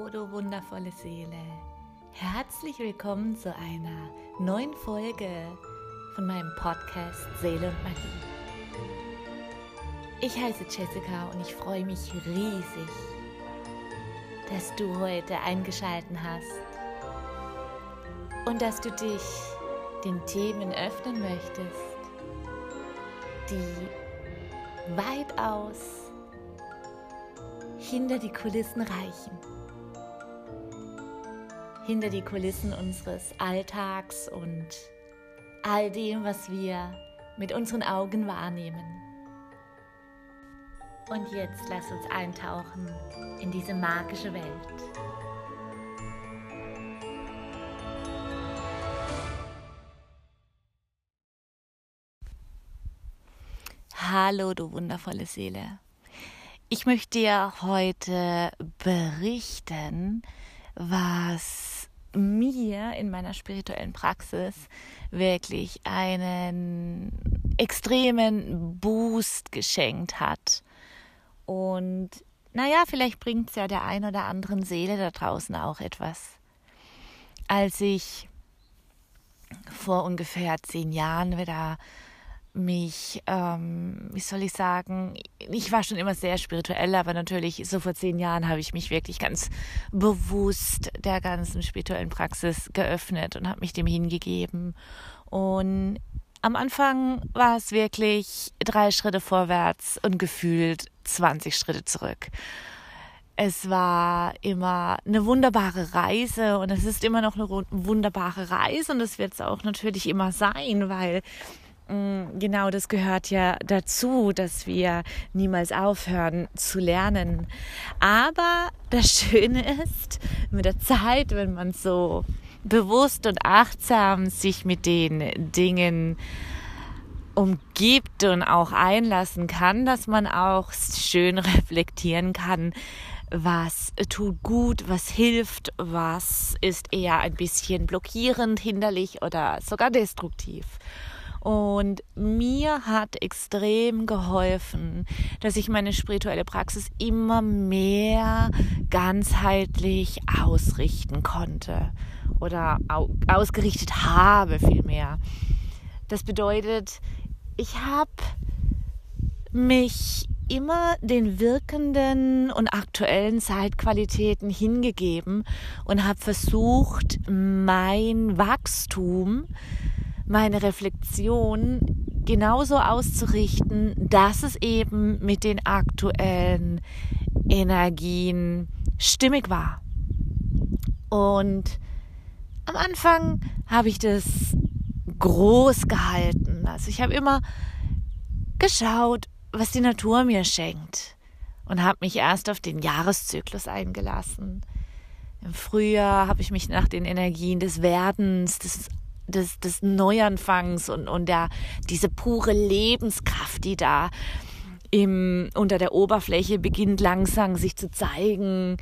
Hallo, du wundervolle Seele. Herzlich willkommen zu einer neuen Folge von meinem Podcast Seele und Magie. Ich heiße Jessica und ich freue mich riesig, dass du heute eingeschaltet hast und dass du dich den Themen öffnen möchtest, die weitaus hinter die Kulissen reichen. Hinter die Kulissen unseres Alltags und all dem, was wir mit unseren Augen wahrnehmen. Und jetzt lass uns eintauchen in diese magische Welt. Hallo, du wundervolle Seele. Ich möchte dir heute berichten, was mir in meiner spirituellen Praxis wirklich einen extremen Boost geschenkt hat. Und vielleicht bringt es ja der ein oder anderen Seele da draußen auch etwas. Als ich vor ungefähr 10 Jahren wieder mich, ich war schon immer sehr spirituell, aber natürlich so vor 10 Jahren habe ich mich wirklich ganz bewusst der ganzen spirituellen Praxis geöffnet und habe mich dem hingegeben. Und am Anfang war es wirklich 3 Schritte vorwärts und gefühlt 20 Schritte zurück. Es war immer eine wunderbare Reise und es ist immer noch eine wunderbare Reise und es wird es auch natürlich immer sein, weil genau, das gehört ja dazu, dass wir niemals aufhören zu lernen. Aber das Schöne ist, mit der Zeit, wenn man so bewusst und achtsam sich mit den Dingen umgibt und auch einlassen kann, dass man auch schön reflektieren kann, was tut gut, was hilft, was ist eher ein bisschen blockierend, hinderlich oder sogar destruktiv. Und mir hat extrem geholfen, dass ich meine spirituelle Praxis immer mehr ganzheitlich ausrichten konnte oder ausgerichtet habe vielmehr. Das bedeutet, ich habe mich immer den wirkenden und aktuellen Zeitqualitäten hingegeben und habe versucht, mein Wachstum, meine Reflexion genauso auszurichten, dass es eben mit den aktuellen Energien stimmig war. Und am Anfang habe ich das groß gehalten. Also ich habe immer geschaut, was die Natur mir schenkt und habe mich erst auf den Jahreszyklus eingelassen. Im Frühjahr habe ich mich nach den Energien des Werdens, des Neuanfangs und diese pure Lebenskraft, die da unter der Oberfläche beginnt langsam sich zu zeigen,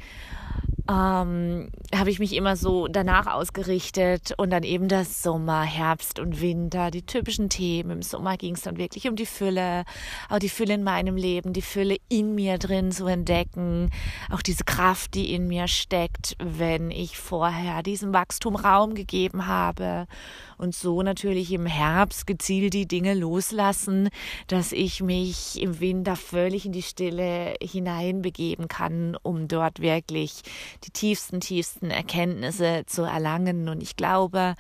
habe ich mich immer so danach ausgerichtet und dann eben das Sommer, Herbst und Winter, die typischen Themen. Im Sommer ging es dann wirklich um die Fülle, auch die Fülle in meinem Leben, die Fülle in mir drin zu entdecken, auch diese Kraft, die in mir steckt, wenn ich vorher diesem Wachstum Raum gegeben habe und so natürlich im Herbst gezielt die Dinge loslassen, dass ich mich im Winter völlig in die Stille hineinbegeben kann, um dort wirklich die tiefsten Erkenntnisse zu erlangen. Und ich glaube,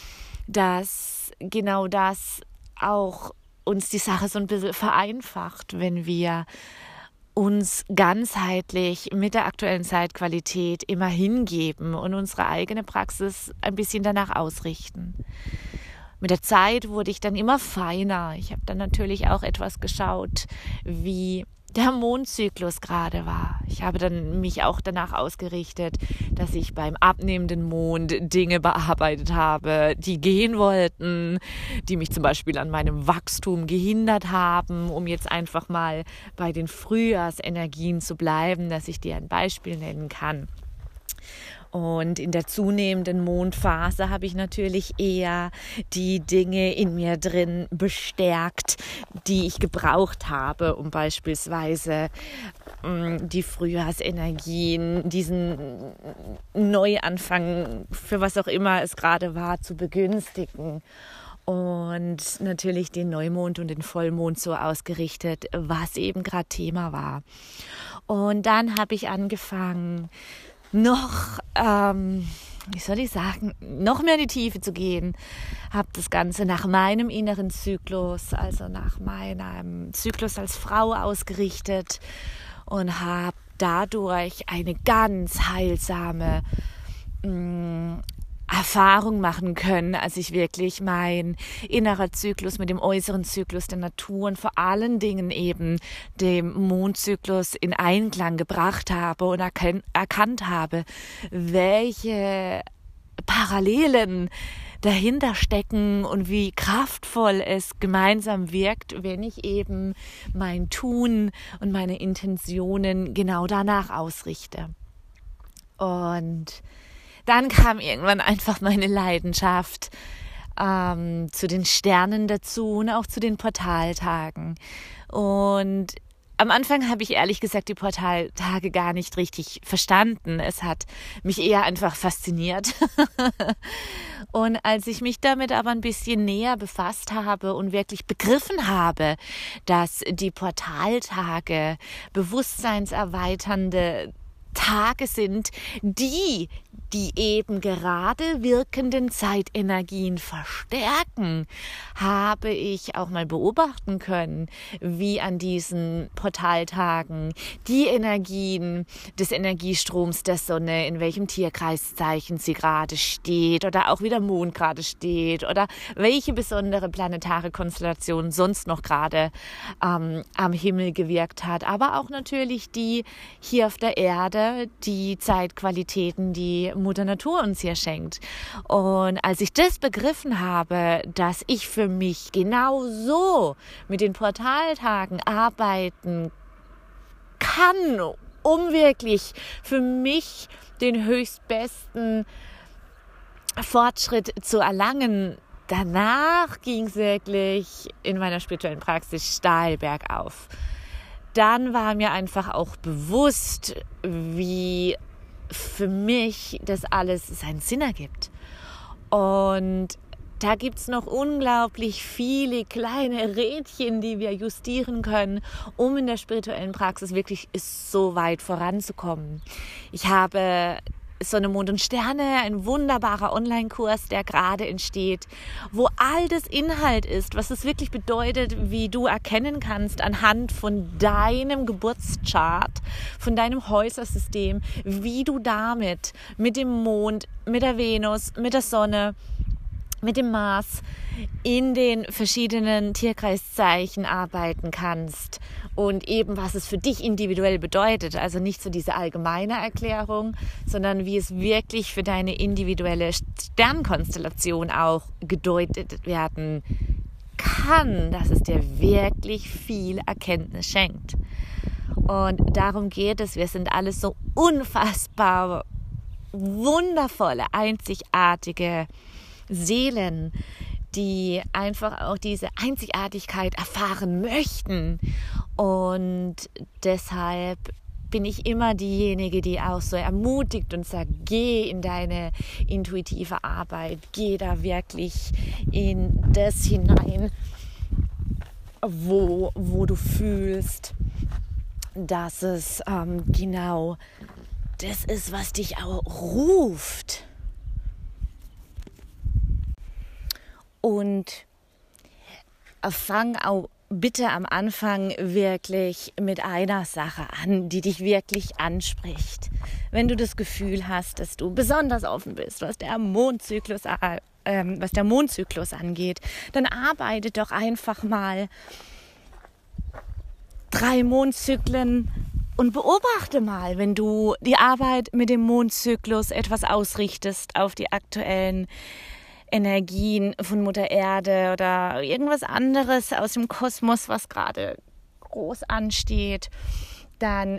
dass genau das auch uns die Sache so ein bisschen vereinfacht, wenn wir uns ganzheitlich mit der aktuellen Zeitqualität immer hingeben und unsere eigene Praxis ein bisschen danach ausrichten. Mit der Zeit wurde ich dann immer feiner. Ich habe dann natürlich auch etwas geschaut, wie der Mondzyklus gerade war. Ich habe dann mich auch danach ausgerichtet, dass ich beim abnehmenden Mond Dinge bearbeitet habe, die gehen wollten, die mich zum Beispiel an meinem Wachstum gehindert haben, um jetzt einfach mal bei den Frühjahrsenergien zu bleiben, dass ich dir ein Beispiel nennen kann. Und in der zunehmenden Mondphase habe ich natürlich eher die Dinge in mir drin bestärkt, die ich gebraucht habe, um beispielsweise die Frühjahrsenergien, diesen Neuanfang, für was auch immer es gerade war, zu begünstigen. Und natürlich den Neumond und den Vollmond so ausgerichtet, was eben gerade Thema war. Und dann habe ich angefangen, noch mehr in die Tiefe zu gehen. Habe das Ganze nach meinem inneren Zyklus, also nach meinem Zyklus als Frau ausgerichtet und habe dadurch eine ganz heilsame Erfahrung machen können, als ich wirklich mein innerer Zyklus mit dem äußeren Zyklus der Natur und vor allen Dingen eben dem Mondzyklus in Einklang gebracht habe und erkannt habe, welche Parallelen dahinter stecken und wie kraftvoll es gemeinsam wirkt, wenn ich eben mein Tun und meine Intentionen genau danach ausrichte. Und dann kam irgendwann einfach meine Leidenschaft zu den Sternen dazu und auch zu den Portaltagen. Und am Anfang habe ich ehrlich gesagt die Portaltage gar nicht richtig verstanden. Es hat mich eher einfach fasziniert. Und als ich mich damit aber ein bisschen näher befasst habe und wirklich begriffen habe, dass die Portaltage bewusstseinserweiternde Tage sind, die eben gerade wirkenden Zeitenergien verstärken, habe ich auch mal beobachten können, wie an diesen Portaltagen die Energien des Energiestroms der Sonne, in welchem Tierkreiszeichen sie gerade steht oder auch wie der Mond gerade steht oder welche besondere planetare Konstellation sonst noch gerade am Himmel gewirkt hat, aber auch natürlich die hier auf der Erde, die Zeitqualitäten, die Mutter Natur uns hier schenkt. Und als ich das begriffen habe, dass ich für mich genau so mit den Portaltagen arbeiten kann, um wirklich für mich den höchstbesten Fortschritt zu erlangen, danach ging es wirklich in meiner spirituellen Praxis steil bergauf. Dann war mir einfach auch bewusst, wie für mich das alles seinen Sinn ergibt. Und da gibt es noch unglaublich viele kleine Rädchen, die wir justieren können, um in der spirituellen Praxis wirklich so weit voranzukommen. Ich habe Sonne, Mond und Sterne, ein wunderbarer Online-Kurs, der gerade entsteht, wo all das Inhalt ist, was es wirklich bedeutet, wie du erkennen kannst anhand von deinem Geburtschart, von deinem Häusersystem, wie du damit mit dem Mond, mit der Venus, mit der Sonne, mit dem Mars in den verschiedenen Tierkreiszeichen arbeiten kannst und eben, was es für dich individuell bedeutet. Also nicht so diese allgemeine Erklärung, sondern wie es wirklich für deine individuelle Sternkonstellation auch gedeutet werden kann, dass es dir wirklich viel Erkenntnis schenkt. Und darum geht es. Wir sind alles so unfassbar wundervolle, einzigartige Seelen, die einfach auch diese Einzigartigkeit erfahren möchten. Und deshalb bin ich immer diejenige, die auch so ermutigt und sagt, geh in deine intuitive Arbeit, geh da wirklich in das hinein, wo du fühlst, dass es genau das ist, was dich auch ruft. Und fang auch bitte am Anfang wirklich mit einer Sache an, die dich wirklich anspricht. Wenn du das Gefühl hast, dass du besonders offen bist, was der Mondzyklus angeht, dann arbeite doch einfach mal 3 Mondzyklen und beobachte mal, wenn du die Arbeit mit dem Mondzyklus etwas ausrichtest auf die aktuellen Energien von Mutter Erde oder irgendwas anderes aus dem Kosmos, was gerade groß ansteht, dann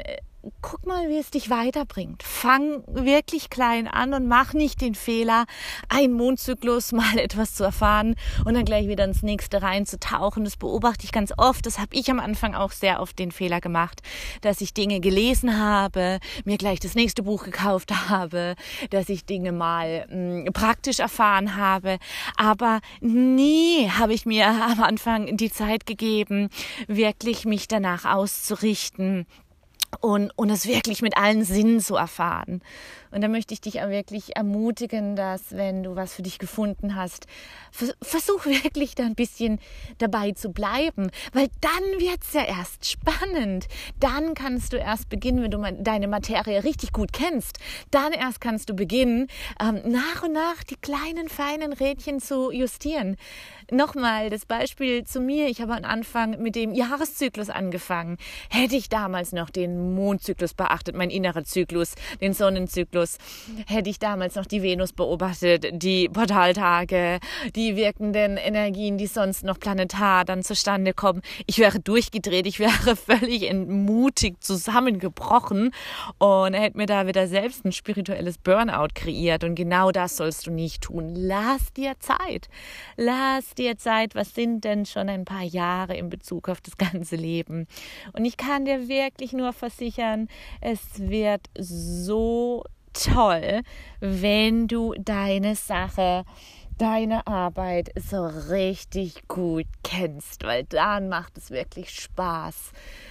guck mal, wie es dich weiterbringt. Fang wirklich klein an und mach nicht den Fehler, einen Mondzyklus mal etwas zu erfahren und dann gleich wieder ins nächste reinzutauchen. Das beobachte ich ganz oft. Das habe ich am Anfang auch sehr oft den Fehler gemacht, dass ich Dinge gelesen habe, mir gleich das nächste Buch gekauft habe, dass ich Dinge mal praktisch erfahren habe. Aber nie habe ich mir am Anfang die Zeit gegeben, wirklich mich danach auszurichten und es wirklich mit allen Sinnen zu erfahren. Und da möchte ich dich auch wirklich ermutigen, dass wenn du was für dich gefunden hast, versuch wirklich da ein bisschen dabei zu bleiben, weil dann wird's ja erst spannend. Dann kannst du erst beginnen, wenn du deine Materie richtig gut kennst, dann erst kannst du beginnen, nach und nach die kleinen, feinen Rädchen zu justieren. Nochmal das Beispiel zu mir. Ich habe am Anfang mit dem Jahreszyklus angefangen. Hätte ich damals noch den Mondzyklus beachtet, mein innerer Zyklus, den Sonnenzyklus, hätte ich damals noch die Venus beobachtet, die Portaltage, die wirkenden Energien, die sonst noch planetar dann zustande kommen. Ich wäre durchgedreht, ich wäre völlig entmutigt zusammengebrochen und hätte mir da wieder selbst ein spirituelles Burnout kreiert. Und genau das sollst du nicht tun. Lass dir Zeit. Lass dir Zeit. Was sind denn schon ein paar Jahre in Bezug auf das ganze Leben? Und ich kann dir wirklich nur versichern, es wird so toll, wenn du deine Sache, deine Arbeit so richtig gut kennst, weil dann macht es wirklich Spaß,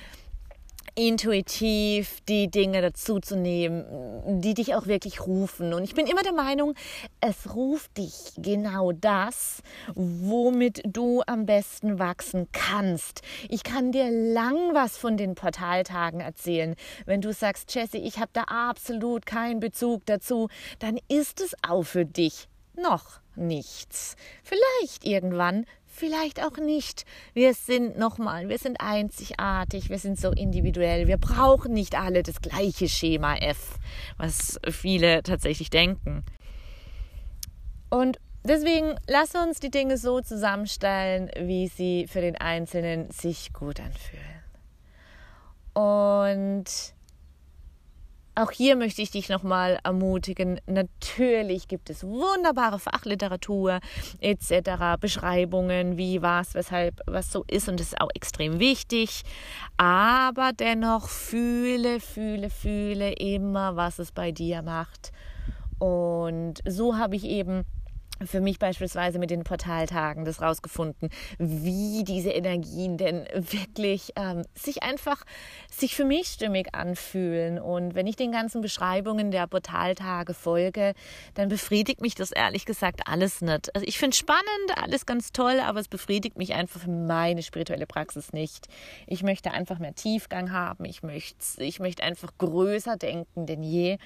intuitiv die Dinge dazu zu nehmen, die dich auch wirklich rufen. Und ich bin immer der Meinung, es ruft dich genau das, womit du am besten wachsen kannst. Ich kann dir lang was von den Portaltagen erzählen. Wenn du sagst, Jessie, ich habe da absolut keinen Bezug dazu, dann ist es auch für dich noch nichts. Vielleicht irgendwann, vielleicht auch nicht. Wir sind einzigartig, wir sind so individuell. Wir brauchen nicht alle das gleiche Schema F, was viele tatsächlich denken. Und deswegen lass uns die Dinge so zusammenstellen, wie sie für den Einzelnen sich gut anfühlen. Und auch hier möchte ich dich nochmal ermutigen, natürlich gibt es wunderbare Fachliteratur etc., Beschreibungen, wie, was, weshalb, was so ist und das ist auch extrem wichtig, aber dennoch fühle immer, was es bei dir macht. Und so habe ich eben für mich beispielsweise mit den Portaltagen das rausgefunden, wie diese Energien denn wirklich sich für mich stimmig anfühlen. Und wenn ich den ganzen Beschreibungen der Portaltage folge, dann befriedigt mich das ehrlich gesagt alles nicht. Also ich finde es spannend, alles ganz toll, aber es befriedigt mich einfach für meine spirituelle Praxis nicht. Ich möchte einfach mehr Tiefgang haben, ich möchte einfach größer denken denn je.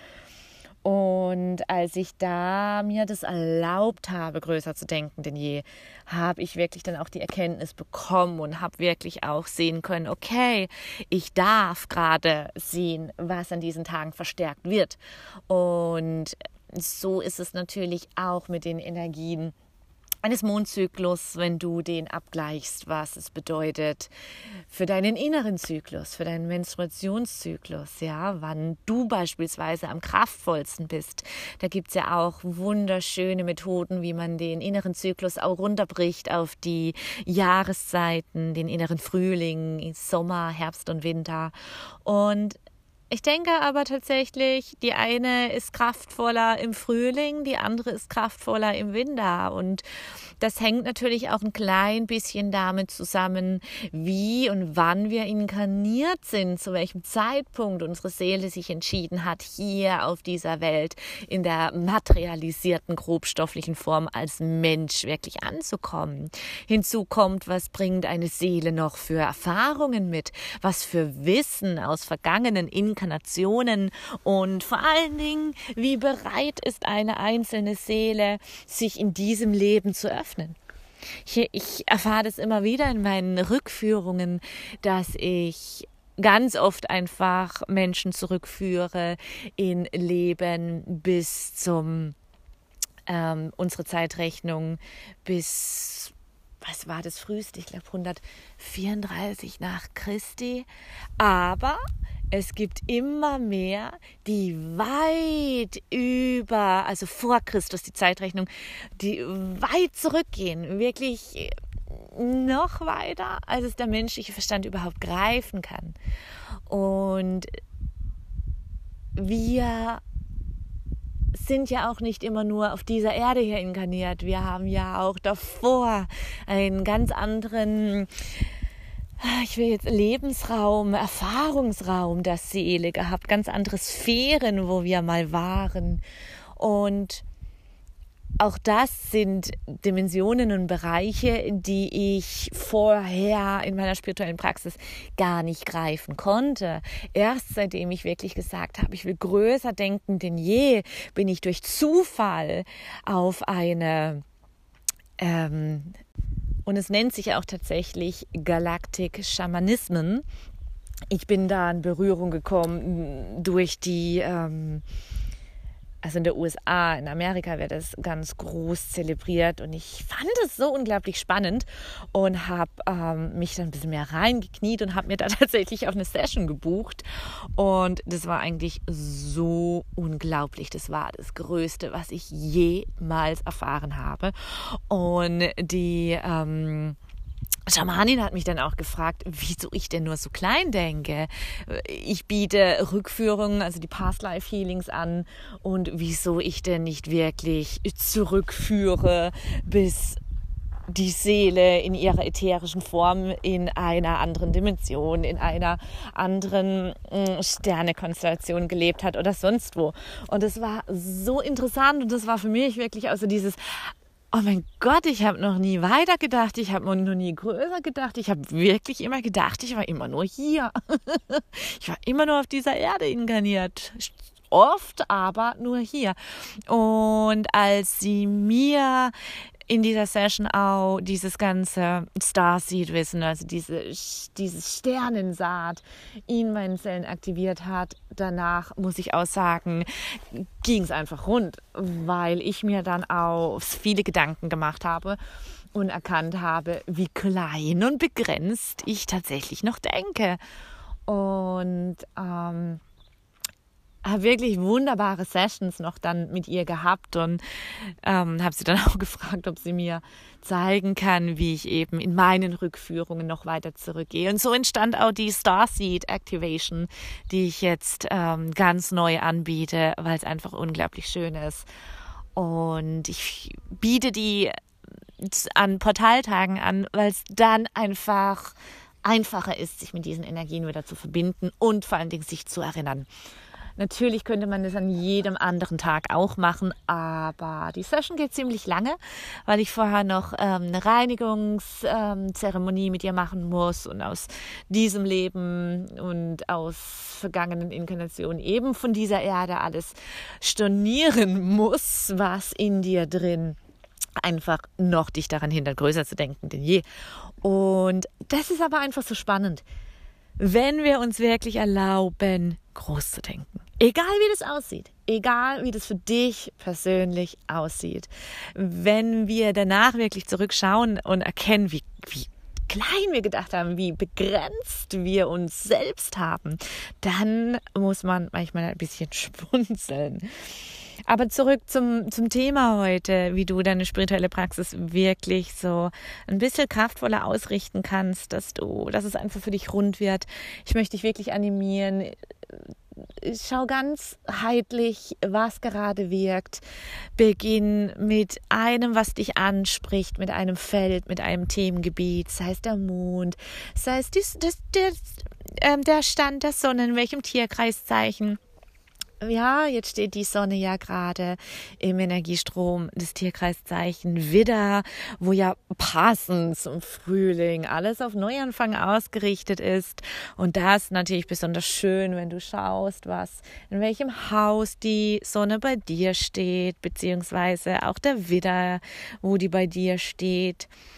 Und als ich da mir das erlaubt habe, größer zu denken denn je, habe ich wirklich dann auch die Erkenntnis bekommen und habe wirklich auch sehen können, okay, ich darf gerade sehen, was an diesen Tagen verstärkt wird. Und so ist es natürlich auch mit den Energien eines Mondzyklus, wenn du den abgleichst, was es bedeutet für deinen inneren Zyklus, für deinen Menstruationszyklus, ja, wann du beispielsweise am kraftvollsten bist. Da gibt es ja auch wunderschöne Methoden, wie man den inneren Zyklus auch runterbricht auf die Jahreszeiten, den inneren Frühling, Sommer, Herbst und Winter. Und ich denke aber tatsächlich, die eine ist kraftvoller im Frühling, die andere ist kraftvoller im Winter. Und das hängt natürlich auch ein klein bisschen damit zusammen, wie und wann wir inkarniert sind, zu welchem Zeitpunkt unsere Seele sich entschieden hat, hier auf dieser Welt in der materialisierten, grobstofflichen Form als Mensch wirklich anzukommen. Hinzu kommt, was bringt eine Seele noch für Erfahrungen mit, was für Wissen aus vergangenen Inkarnationen und vor allen Dingen, wie bereit ist eine einzelne Seele, sich in diesem Leben zu öffnen. Ich erfahre das immer wieder in meinen Rückführungen, dass ich ganz oft einfach Menschen zurückführe in Leben bis zum unsere Zeitrechnung bis, was war das früheste? Ich glaube 134 nach Christi. Aber Es gibt immer mehr, die weit über, also vor Christus, die Zeitrechnung, die weit zurückgehen, wirklich noch weiter, als es der menschliche Verstand überhaupt greifen kann. Und wir sind ja auch nicht immer nur auf dieser Erde hier inkarniert. Wir haben ja auch davor einen ganz anderen, ich will jetzt Lebensraum, Erfahrungsraum der Seele gehabt, ganz andere Sphären, wo wir mal waren. Und auch das sind Dimensionen und Bereiche, die ich vorher in meiner spirituellen Praxis gar nicht greifen konnte. Erst seitdem ich wirklich gesagt habe, ich will größer denken denn je, bin ich durch Zufall auf eine, und es nennt sich auch tatsächlich Galactic Shamanismen. Ich bin da in Berührung gekommen durch die, also in der USA, in Amerika wird das ganz groß zelebriert und ich fand es so unglaublich spannend und habe mich dann ein bisschen mehr reingekniet und habe mir da tatsächlich auch eine Session gebucht und das war eigentlich so unglaublich. Das war das Größte, was ich jemals erfahren habe und die Schamanin hat mich dann auch gefragt, wieso ich denn nur so klein denke. Ich biete Rückführungen, also die Past-Life-Healings an und wieso ich denn nicht wirklich zurückführe, bis die Seele in ihrer ätherischen Form in einer anderen Dimension, in einer anderen Sternekonstellation gelebt hat oder sonst wo. Und das war so interessant und das war für mich wirklich also dieses oh mein Gott, ich habe noch nie weiter gedacht, ich habe noch nie größer gedacht, ich habe wirklich immer gedacht, ich war immer nur hier. Ich war immer nur auf dieser Erde inkarniert. Oft, aber nur hier. Und als sie mir in dieser Session auch dieses ganze Starseed-Wissen, also dieses Sternensaat in meinen Zellen aktiviert hat, danach, muss ich auch sagen, ging es einfach rund, weil ich mir dann auch viele Gedanken gemacht habe und erkannt habe, wie klein und begrenzt ich tatsächlich noch denke. Und habe wirklich wunderbare Sessions noch dann mit ihr gehabt und habe sie dann auch gefragt, ob sie mir zeigen kann, wie ich eben in meinen Rückführungen noch weiter zurückgehe. Und so entstand auch die Starseed Activation, die ich jetzt ganz neu anbiete, weil es einfach unglaublich schön ist. Und ich biete die an Portaltagen an, weil es dann einfach einfacher ist, sich mit diesen Energien wieder zu verbinden und vor allen Dingen sich zu erinnern. Natürlich könnte man das an jedem anderen Tag auch machen, aber die Session geht ziemlich lange, weil ich vorher noch eine Reinigungszeremonie mit ihr machen muss und aus diesem Leben und aus vergangenen Inkarnationen eben von dieser Erde alles stornieren muss, was in dir drin einfach noch dich daran hindert, größer zu denken denn je. Und das ist aber einfach so spannend, wenn wir uns wirklich erlauben, groß zu denken. Egal wie das aussieht, egal wie das für dich persönlich aussieht. Wenn wir danach wirklich zurückschauen und erkennen, wie klein wir gedacht haben, wie begrenzt wir uns selbst haben, dann muss man manchmal ein bisschen schmunzeln. Aber zurück zum Thema heute, wie du deine spirituelle Praxis wirklich so ein bisschen kraftvoller ausrichten kannst, dass es einfach für dich rund wird. Ich möchte dich wirklich animieren. Schau ganzheitlich, was gerade wirkt. Beginn mit einem, was dich anspricht, mit einem Feld, mit einem Themengebiet, sei es der Mond, sei es der Stand der Sonne, in welchem Tierkreiszeichen. Ja, jetzt steht die Sonne ja gerade im Energiestrom des Tierkreiszeichen Widder, wo ja passend zum Frühling alles auf Neuanfang ausgerichtet ist. Und das ist natürlich besonders schön, wenn du schaust, in welchem Haus die Sonne bei dir steht, beziehungsweise auch der Widder, wo die bei dir steht.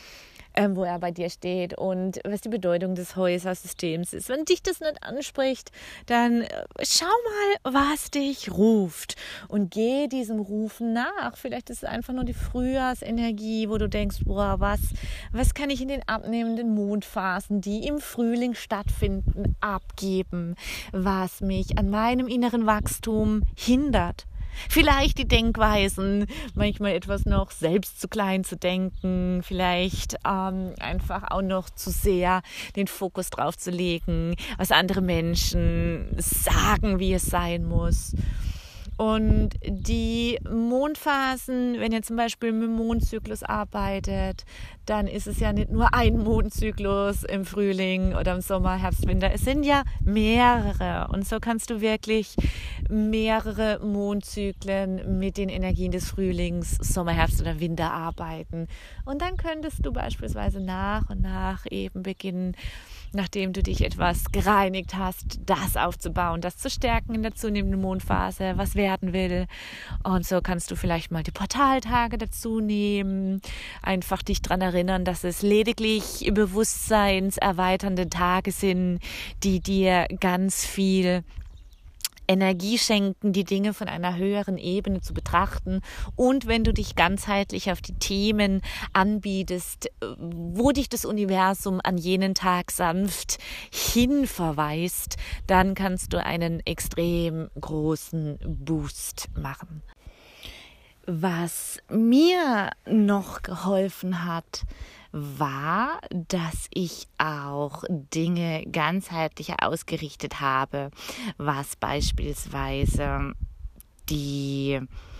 wo er bei dir steht und was die Bedeutung des Häusersystems ist. Wenn dich das nicht anspricht, dann schau mal, was dich ruft und geh diesem Rufen nach. Vielleicht ist es einfach nur die Frühjahrsenergie, wo du denkst, boah, was kann ich in den abnehmenden Mondphasen, die im Frühling stattfinden, abgeben, was mich an meinem inneren Wachstum hindert. Vielleicht die Denkweisen, manchmal etwas noch selbst zu klein zu denken, vielleicht einfach auch noch zu sehr den Fokus drauf zu legen, was andere Menschen sagen, wie es sein muss. Und die Mondphasen, wenn ihr zum Beispiel mit dem Mondzyklus arbeitet, dann ist es ja nicht nur ein Mondzyklus im Frühling oder im Sommer, Herbst, Winter. Es sind ja mehrere. Und so kannst du wirklich mehrere Mondzyklen mit den Energien des Frühlings, Sommer, Herbst oder Winter arbeiten. Und dann könntest du beispielsweise nach und nach eben beginnen, nachdem du dich etwas gereinigt hast, das aufzubauen, das zu stärken in der zunehmenden Mondphase, was werden will. Und so kannst du vielleicht mal die Portaltage dazu nehmen, einfach dich daran erinnern, dass es lediglich bewusstseinserweiternde Tage sind, die dir ganz viel Energie schenken, die Dinge von einer höheren Ebene zu betrachten. Und wenn du dich ganzheitlich auf die Themen anbietest, wo dich das Universum an jenen Tag sanft hinverweist, dann kannst du einen extrem großen Boost machen. Was mir noch geholfen hat, war, dass ich auch Dinge ganzheitlicher ausgerichtet habe, was beispielsweise die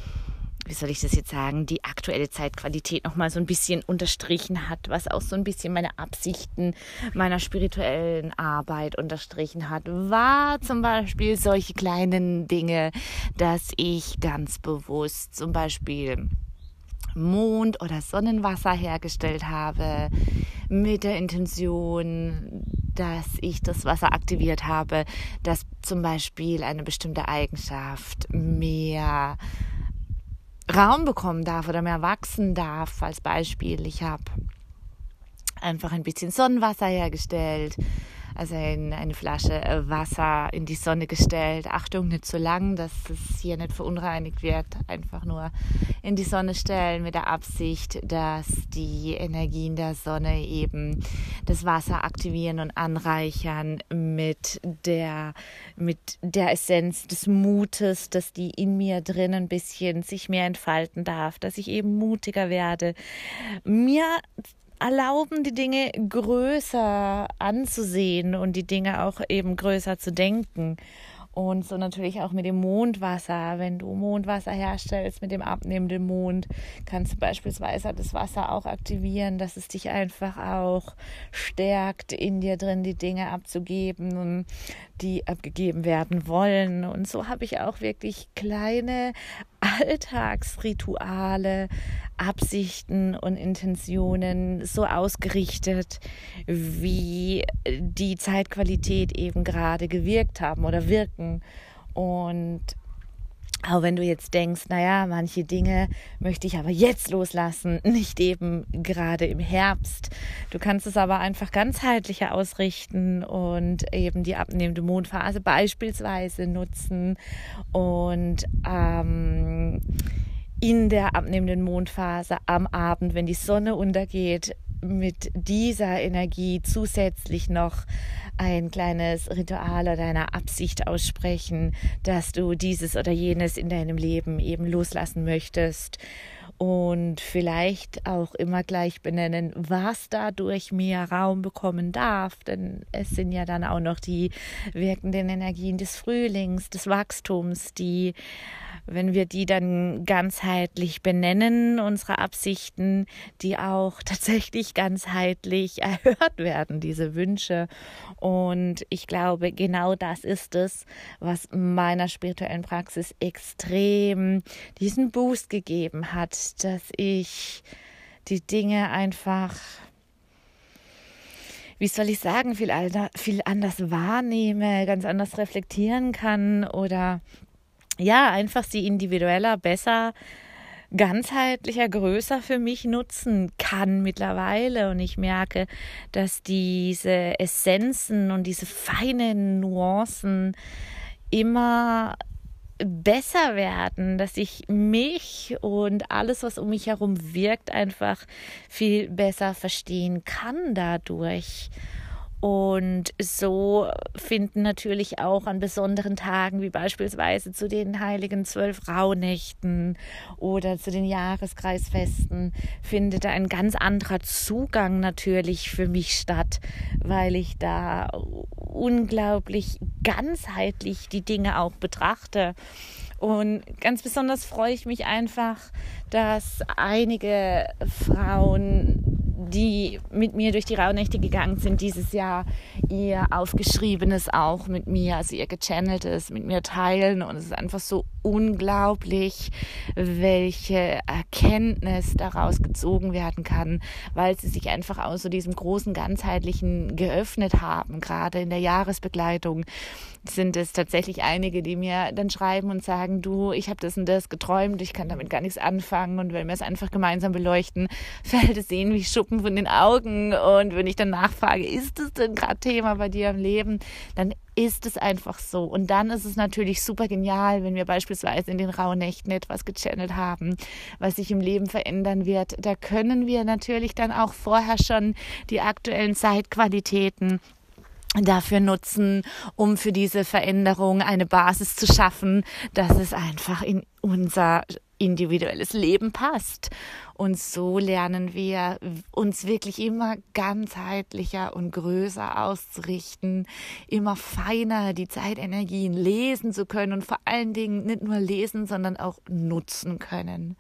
aktuelle Zeitqualität nochmal so ein bisschen unterstrichen hat, was auch so ein bisschen meine Absichten meiner spirituellen Arbeit unterstrichen hat, war zum Beispiel solche kleinen Dinge, dass ich ganz bewusst zum Beispiel Mond- oder Sonnenwasser hergestellt habe, mit der Intention, dass ich das Wasser aktiviert habe, dass zum Beispiel eine bestimmte Eigenschaft mehr Raum bekommen darf oder mehr wachsen darf. Als Beispiel, ich habe einfach ein bisschen Sonnenwasser hergestellt, also in eine Flasche Wasser in die Sonne gestellt. Achtung, nicht zu lang, dass es hier nicht verunreinigt wird. Einfach nur in die Sonne stellen mit der Absicht, dass die Energien der Sonne eben das Wasser aktivieren und anreichern mit der Essenz des Mutes, dass die in mir drin ein bisschen sich mehr entfalten darf, dass ich eben mutiger werde, mir erlauben, die Dinge größer anzusehen und die Dinge auch eben größer zu denken. Und so natürlich auch mit dem Mondwasser. Wenn du Mondwasser herstellst mit dem abnehmenden Mond, kannst du beispielsweise das Wasser auch aktivieren, dass es dich einfach auch stärkt, in dir drin die Dinge abzugeben, die abgegeben werden wollen. Und so habe ich auch wirklich kleine Alltagsrituale, Absichten und Intentionen so ausgerichtet, wie die Zeitqualität eben gerade gewirkt haben oder wirken. Und auch wenn du jetzt denkst, naja, manche Dinge möchte ich aber jetzt loslassen, nicht eben gerade im Herbst. Du kannst es aber einfach ganzheitlicher ausrichten und eben die abnehmende Mondphase beispielsweise nutzen und in der abnehmenden Mondphase am Abend, wenn die Sonne untergeht, mit dieser Energie zusätzlich noch ein kleines Ritual oder eine Absicht aussprechen, dass du dieses oder jenes in deinem Leben eben loslassen möchtest und vielleicht auch immer gleich benennen, was dadurch mehr Raum bekommen darf, denn es sind ja dann auch noch die wirkenden Energien des Frühlings, des Wachstums, die, wenn wir die dann ganzheitlich benennen, unsere Absichten, die auch tatsächlich ganzheitlich erhört werden, diese Wünsche. Und ich glaube, genau das ist es, was meiner spirituellen Praxis extrem diesen Boost gegeben hat, dass ich die Dinge einfach, wie soll ich sagen, viel anders wahrnehme, ganz anders reflektieren kann oder ja, einfach sie individueller, besser ganzheitlicher, größer für mich nutzen kann mittlerweile. Und ich merke, dass diese Essenzen und diese feinen Nuancen immer besser werden, dass ich mich und alles, was um mich herum wirkt, einfach viel besser verstehen kann dadurch. Und so finden natürlich auch an besonderen Tagen, wie beispielsweise zu den heiligen 12 Rauhnächten oder zu den Jahreskreisfesten, findet ein ganz anderer Zugang natürlich für mich statt, weil ich da unglaublich ganzheitlich die Dinge auch betrachte. Und ganz besonders freue ich mich einfach, dass einige Frauen, die mit mir durch die Rauhnächte gegangen sind, dieses Jahr ihr Aufgeschriebenes auch mit mir, also ihr Gechanneltes mit mir teilen. Und es ist einfach so unglaublich, welche Erkenntnis daraus gezogen werden kann, weil sie sich einfach aus so diesem großen Ganzheitlichen geöffnet haben. Gerade in der Jahresbegleitung sind es tatsächlich einige, die mir dann schreiben und sagen, du, ich habe das und das geträumt, ich kann damit gar nichts anfangen, und wenn wir es einfach gemeinsam beleuchten, fällt es ihnen wie Schuppen von den Augen. Und wenn ich dann nachfrage, ist es denn gerade Thema bei dir im Leben, dann ist es einfach so. Und dann ist es natürlich super genial, wenn wir beispielsweise in den Rauhnächten etwas gechannelt haben, was sich im Leben verändern wird. Da können wir natürlich dann auch vorher schon die aktuellen Zeitqualitäten dafür nutzen, um für diese Veränderung eine Basis zu schaffen, dass es einfach in unser individuelles Leben passt. Und so lernen wir uns wirklich immer ganzheitlicher und größer auszurichten, immer feiner die Zeitenergien lesen zu können und vor allen Dingen nicht nur lesen, sondern auch nutzen können.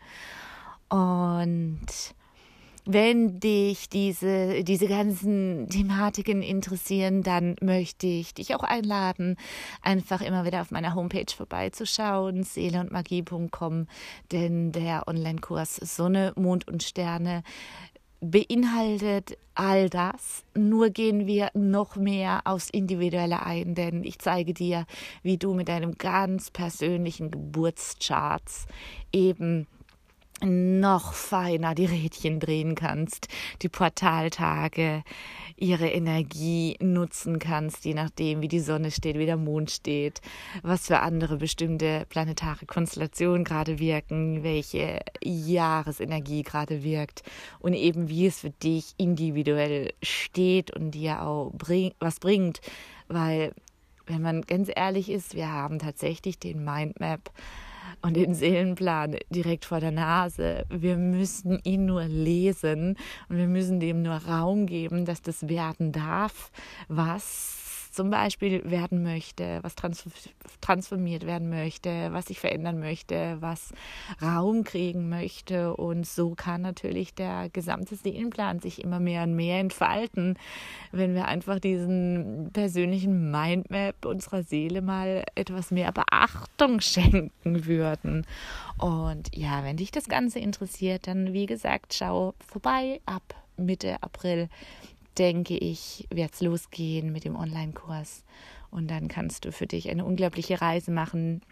Und wenn dich diese ganzen Thematiken interessieren, dann möchte ich dich auch einladen, einfach immer wieder auf meiner Homepage vorbeizuschauen, seeleundmagie.com, denn der Online-Kurs Sonne, Mond und Sterne beinhaltet all das. Nur gehen wir noch mehr aufs Individuelle ein, denn ich zeige dir, wie du mit deinem ganz persönlichen Geburtscharts eben noch feiner die Rädchen drehen kannst, die Portaltage, ihre Energie nutzen kannst, je nachdem, wie die Sonne steht, wie der Mond steht, was für andere bestimmte planetare Konstellationen gerade wirken, welche Jahresenergie gerade wirkt und eben wie es für dich individuell steht und dir auch was bringt, weil, wenn man ganz ehrlich ist, wir haben tatsächlich den Mindmap und den Seelenplan direkt vor der Nase. Wir müssen ihn nur lesen und wir müssen dem nur Raum geben, dass das werden darf, was zum Beispiel werden möchte, was transformiert werden möchte, was sich verändern möchte, was Raum kriegen möchte. Und so kann natürlich der gesamte Seelenplan sich immer mehr und mehr entfalten, wenn wir einfach diesen persönlichen Mindmap unserer Seele mal etwas mehr Beachtung schenken würden. Und ja, wenn dich das Ganze interessiert, dann wie gesagt, schau vorbei. Ab Mitte April, denke ich, wird es losgehen mit dem Online-Kurs. Und dann kannst du für dich eine unglaubliche Reise machen.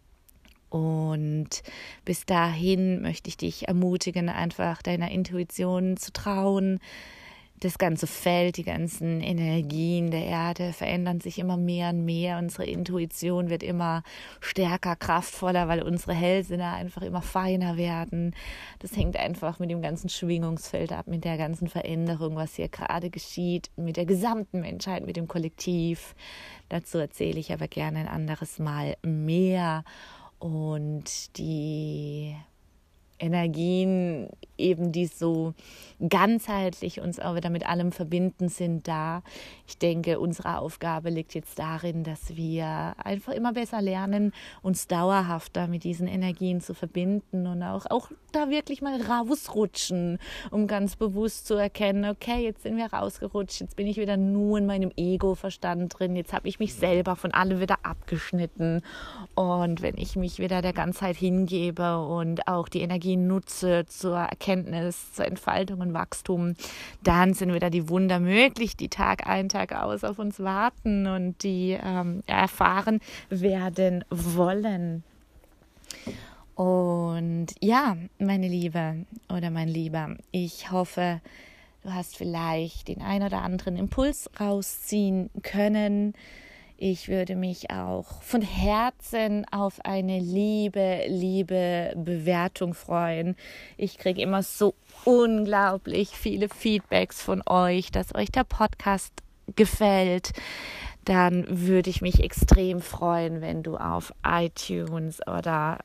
Und bis dahin möchte ich dich ermutigen, einfach deiner Intuition zu trauen. Das ganze Feld, die ganzen Energien der Erde verändern sich immer mehr und mehr. Unsere Intuition wird immer stärker, kraftvoller, weil unsere Hellsinne einfach immer feiner werden. Das hängt einfach mit dem ganzen Schwingungsfeld ab, mit der ganzen Veränderung, was hier gerade geschieht, mit der gesamten Menschheit, mit dem Kollektiv. Dazu erzähle ich aber gerne ein anderes Mal mehr. Und die Energien eben, die so ganzheitlich uns auch wieder mit allem verbinden, sind da. Ich denke, unsere Aufgabe liegt jetzt darin, dass wir einfach immer besser lernen, uns dauerhafter mit diesen Energien zu verbinden und auch da wirklich mal rausrutschen, um ganz bewusst zu erkennen, okay, jetzt sind wir rausgerutscht, jetzt bin ich wieder nur in meinem Ego-Verstand drin, jetzt habe ich mich selber von allem wieder abgeschnitten. Und wenn ich mich wieder der Ganzheit hingebe und auch die Energie nutze zur Erkenntnis, zur Entfaltung und Wachstum, dann sind wieder die Wunder möglich, die Tag ein, Tag aus auf uns warten und die erfahren werden wollen. Und ja, meine Liebe oder mein Lieber, ich hoffe, du hast vielleicht den ein oder anderen Impuls rausziehen können. Ich würde mich auch von Herzen auf eine liebe Bewertung freuen. Ich kriege immer so unglaublich viele Feedbacks von euch, dass euch der Podcast gefällt. Dann würde ich mich extrem freuen, wenn du auf iTunes oder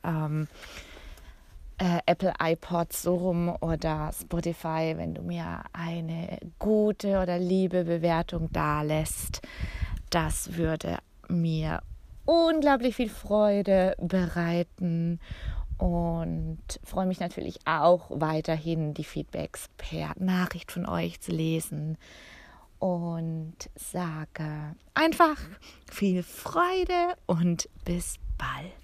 Apple iPods so rum oder Spotify, wenn du mir eine gute oder liebe Bewertung dalässt. Das würde mir unglaublich viel Freude bereiten und freue mich natürlich auch weiterhin, die Feedbacks per Nachricht von euch zu lesen und sage einfach viel Freude und bis bald.